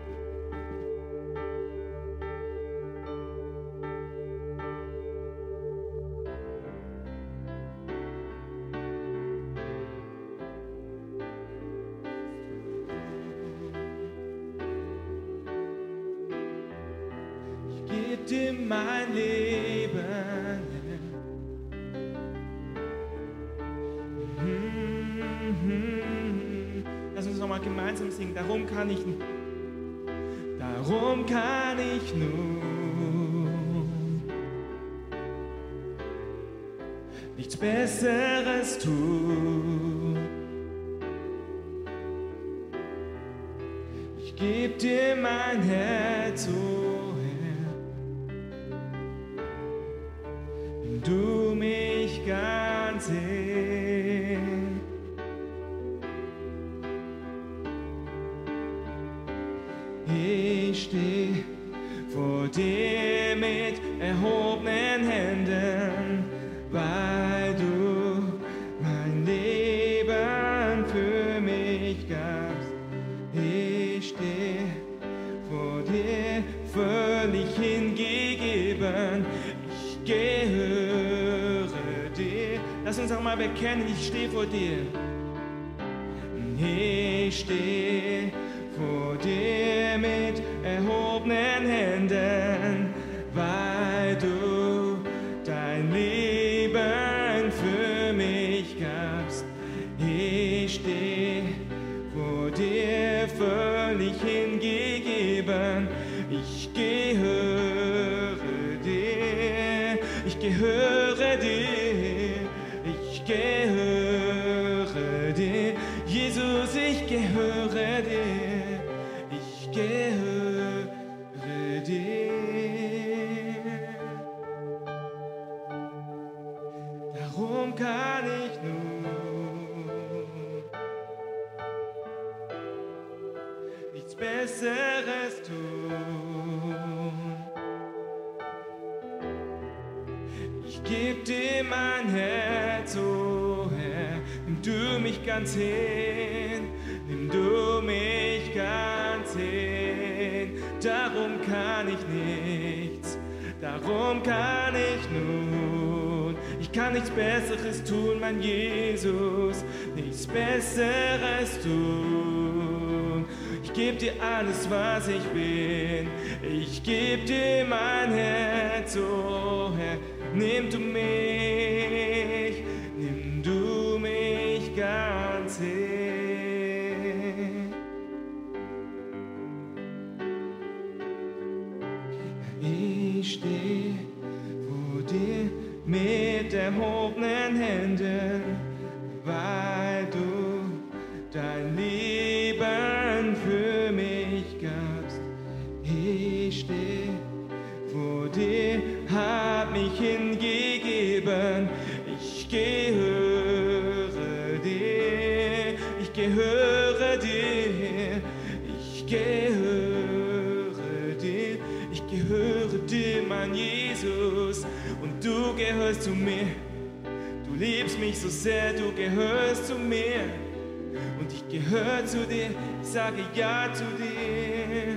Dir mein Leben. Lass uns nochmal gemeinsam singen. Darum kann ich nur nichts Besseres tun. Ich geb dir mein Herz, oh Herr. Ich stehe vor dir mit erhobenen Händen, weil du mein Leben für mich gabst. Ich stehe vor dir völlig hingegeben. Ich gehöre dir. Lass uns auch mal bekennen, ich stehe vor dir. Ich stehe vor dir mit erhobenen Händen, weil du dein Leben für mich gabst. Ich stehe vor dir völlig hingegeben. Ich gehöre dir, ich gehöre dir, ich gehöre dir. Jesus, ich gehöre dir, ich gehöre dir. Darum kann ich nun nichts Besseres tun. Ich geb dir mein Herz, oh Herr, nimm du mich ganz hin, nimm du mich ganz hin. Darum kann ich nichts, darum kann ich nun. Ich kann nichts Besseres tun, mein Jesus, nichts Besseres tun. Ich geb dir alles, was ich bin, ich geb dir mein Herz, oh Herr. Nimm du mich ganz hin. Ich stehe vor dir mit erhobenen Händen, weil du dein Leben für mich gabst. Ich stehe vor dir, hab mich hingegeben. Ich gehöre dir, ich gehöre dir, ich gehöre dir, ich gehöre dir, mein Jesus. Und du gehörst zu mir, du liebst mich so sehr, du gehörst zu mir. Und ich gehöre zu dir, ich sage ja zu dir.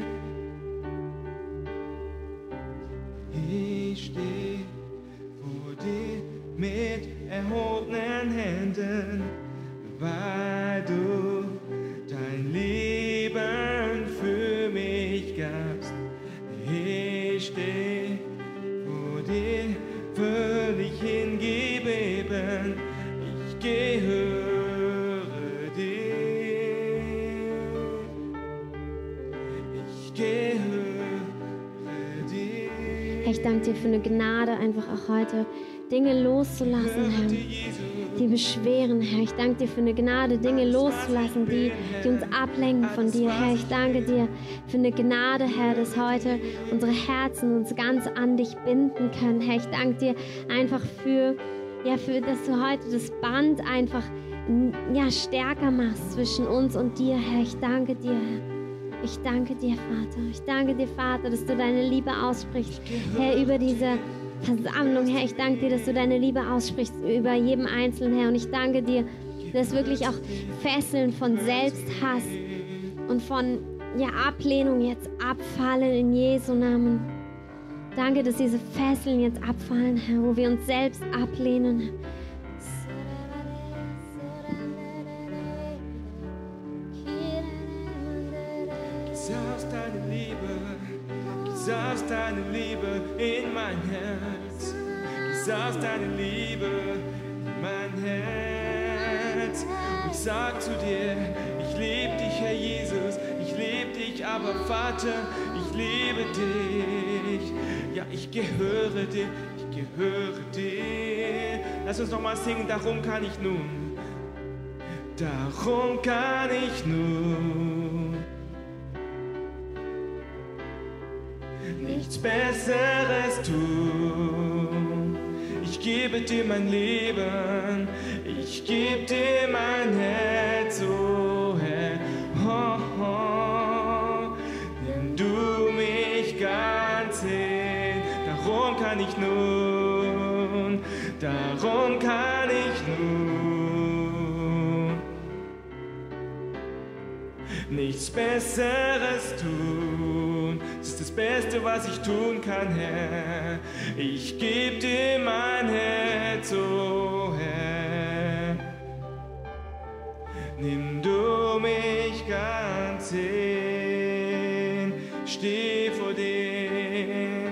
Ich stehe vor dir mit erhobenen Händen, weil du dein Leben für mich gabst. Ich stehe vor dir völlig hingegeben. Ich gehöre dir. Ich gehöre dir.
Ich danke dir für eine Gnade, einfach auch heute Dinge loszulassen, Herr, die beschweren, Herr. Ich danke dir für eine Gnade, Dinge loszulassen, die uns ablenken von dir, Herr. Ich danke dir für eine Gnade, Herr, dass heute unsere Herzen uns ganz an dich binden können, Herr. Ich danke dir einfach für dass du heute das Band einfach stärker machst zwischen uns und dir, Herr. Ich danke dir, Herr. Ich danke dir, Vater. Ich danke dir, Vater, dass du deine Liebe aussprichst, Herr, über diese Versammlung, Herr. Ich danke dir, dass du deine Liebe aussprichst über jedem Einzelnen, Herr. Und ich danke dir, dass wirklich auch Fesseln von Selbsthass und von Ablehnung jetzt abfallen in Jesu Namen. Danke, dass diese Fesseln jetzt abfallen, Herr, wo wir uns selbst ablehnen.
Saust deine Liebe in mein Herz, saust deine Liebe in mein Herz. Und ich sag zu dir, ich liebe dich, Herr Jesus, ich liebe dich, aber Vater, ich liebe dich. Ja, ich gehöre dir, ich gehöre dir. Lass uns noch mal singen, darum kann ich nun, darum kann ich nun nichts Besseres tun. Ich gebe dir mein Leben, ich gebe dir mein Herz, oh Herr. Oh, oh. Nimm kann ich nun, darum kann ich nun nichts Besseres tun. Es ist das Beste, was ich tun kann, Herr. Ich geb dir mein Herz, oh Herr. Nimm du mich ganz hin, steh vor dir.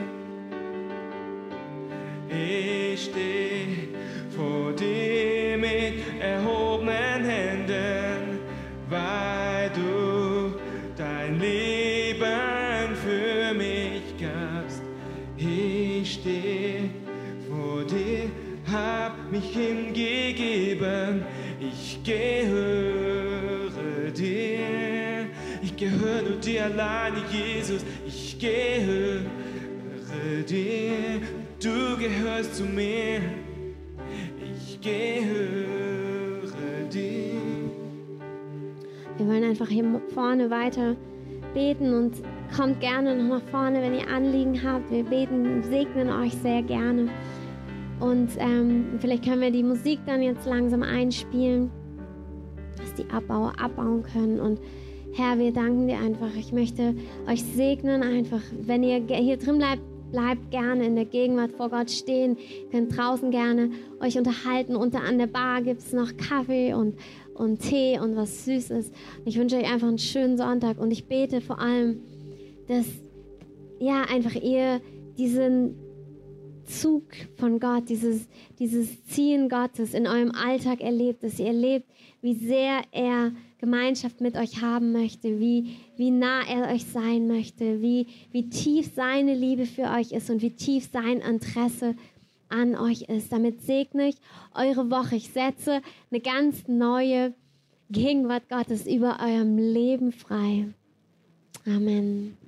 Ich steh vor dir mit erhobenen Händen, weil du dein Leben für mich gabst. Ich steh vor dir, hab mich hingegeben. Ich gehöre dir, ich gehöre nur dir alleine, Jesus. Ich gehöre dir, du gehörst zu mir. Ich gehöre dir.
Wir wollen einfach hier vorne weiter beten und kommt gerne noch nach vorne, wenn ihr Anliegen habt. Wir beten, segnen euch sehr gerne. Und vielleicht können wir die Musik dann jetzt langsam einspielen, dass die Abbauer abbauen können. Und Herr, wir danken dir einfach. Ich möchte euch segnen einfach. Wenn ihr hier drin bleibt, bleibt gerne in der Gegenwart vor Gott stehen. Ihr könnt draußen gerne euch unterhalten. Unter an der Bar gibt es noch Kaffee und Tee und was Süßes. Ich wünsche euch einfach einen schönen Sonntag. Und ich bete vor allem, dass einfach ihr diesen Zug von Gott, dieses Ziehen Gottes in eurem Alltag erlebt, dass ihr erlebt, wie sehr er Gemeinschaft mit euch haben möchte, wie nah er euch sein möchte, wie tief seine Liebe für euch ist und wie tief sein Interesse an euch ist. Damit segne ich eure Woche. Ich setze eine ganz neue Gegenwart Gottes über eurem Leben frei. Amen.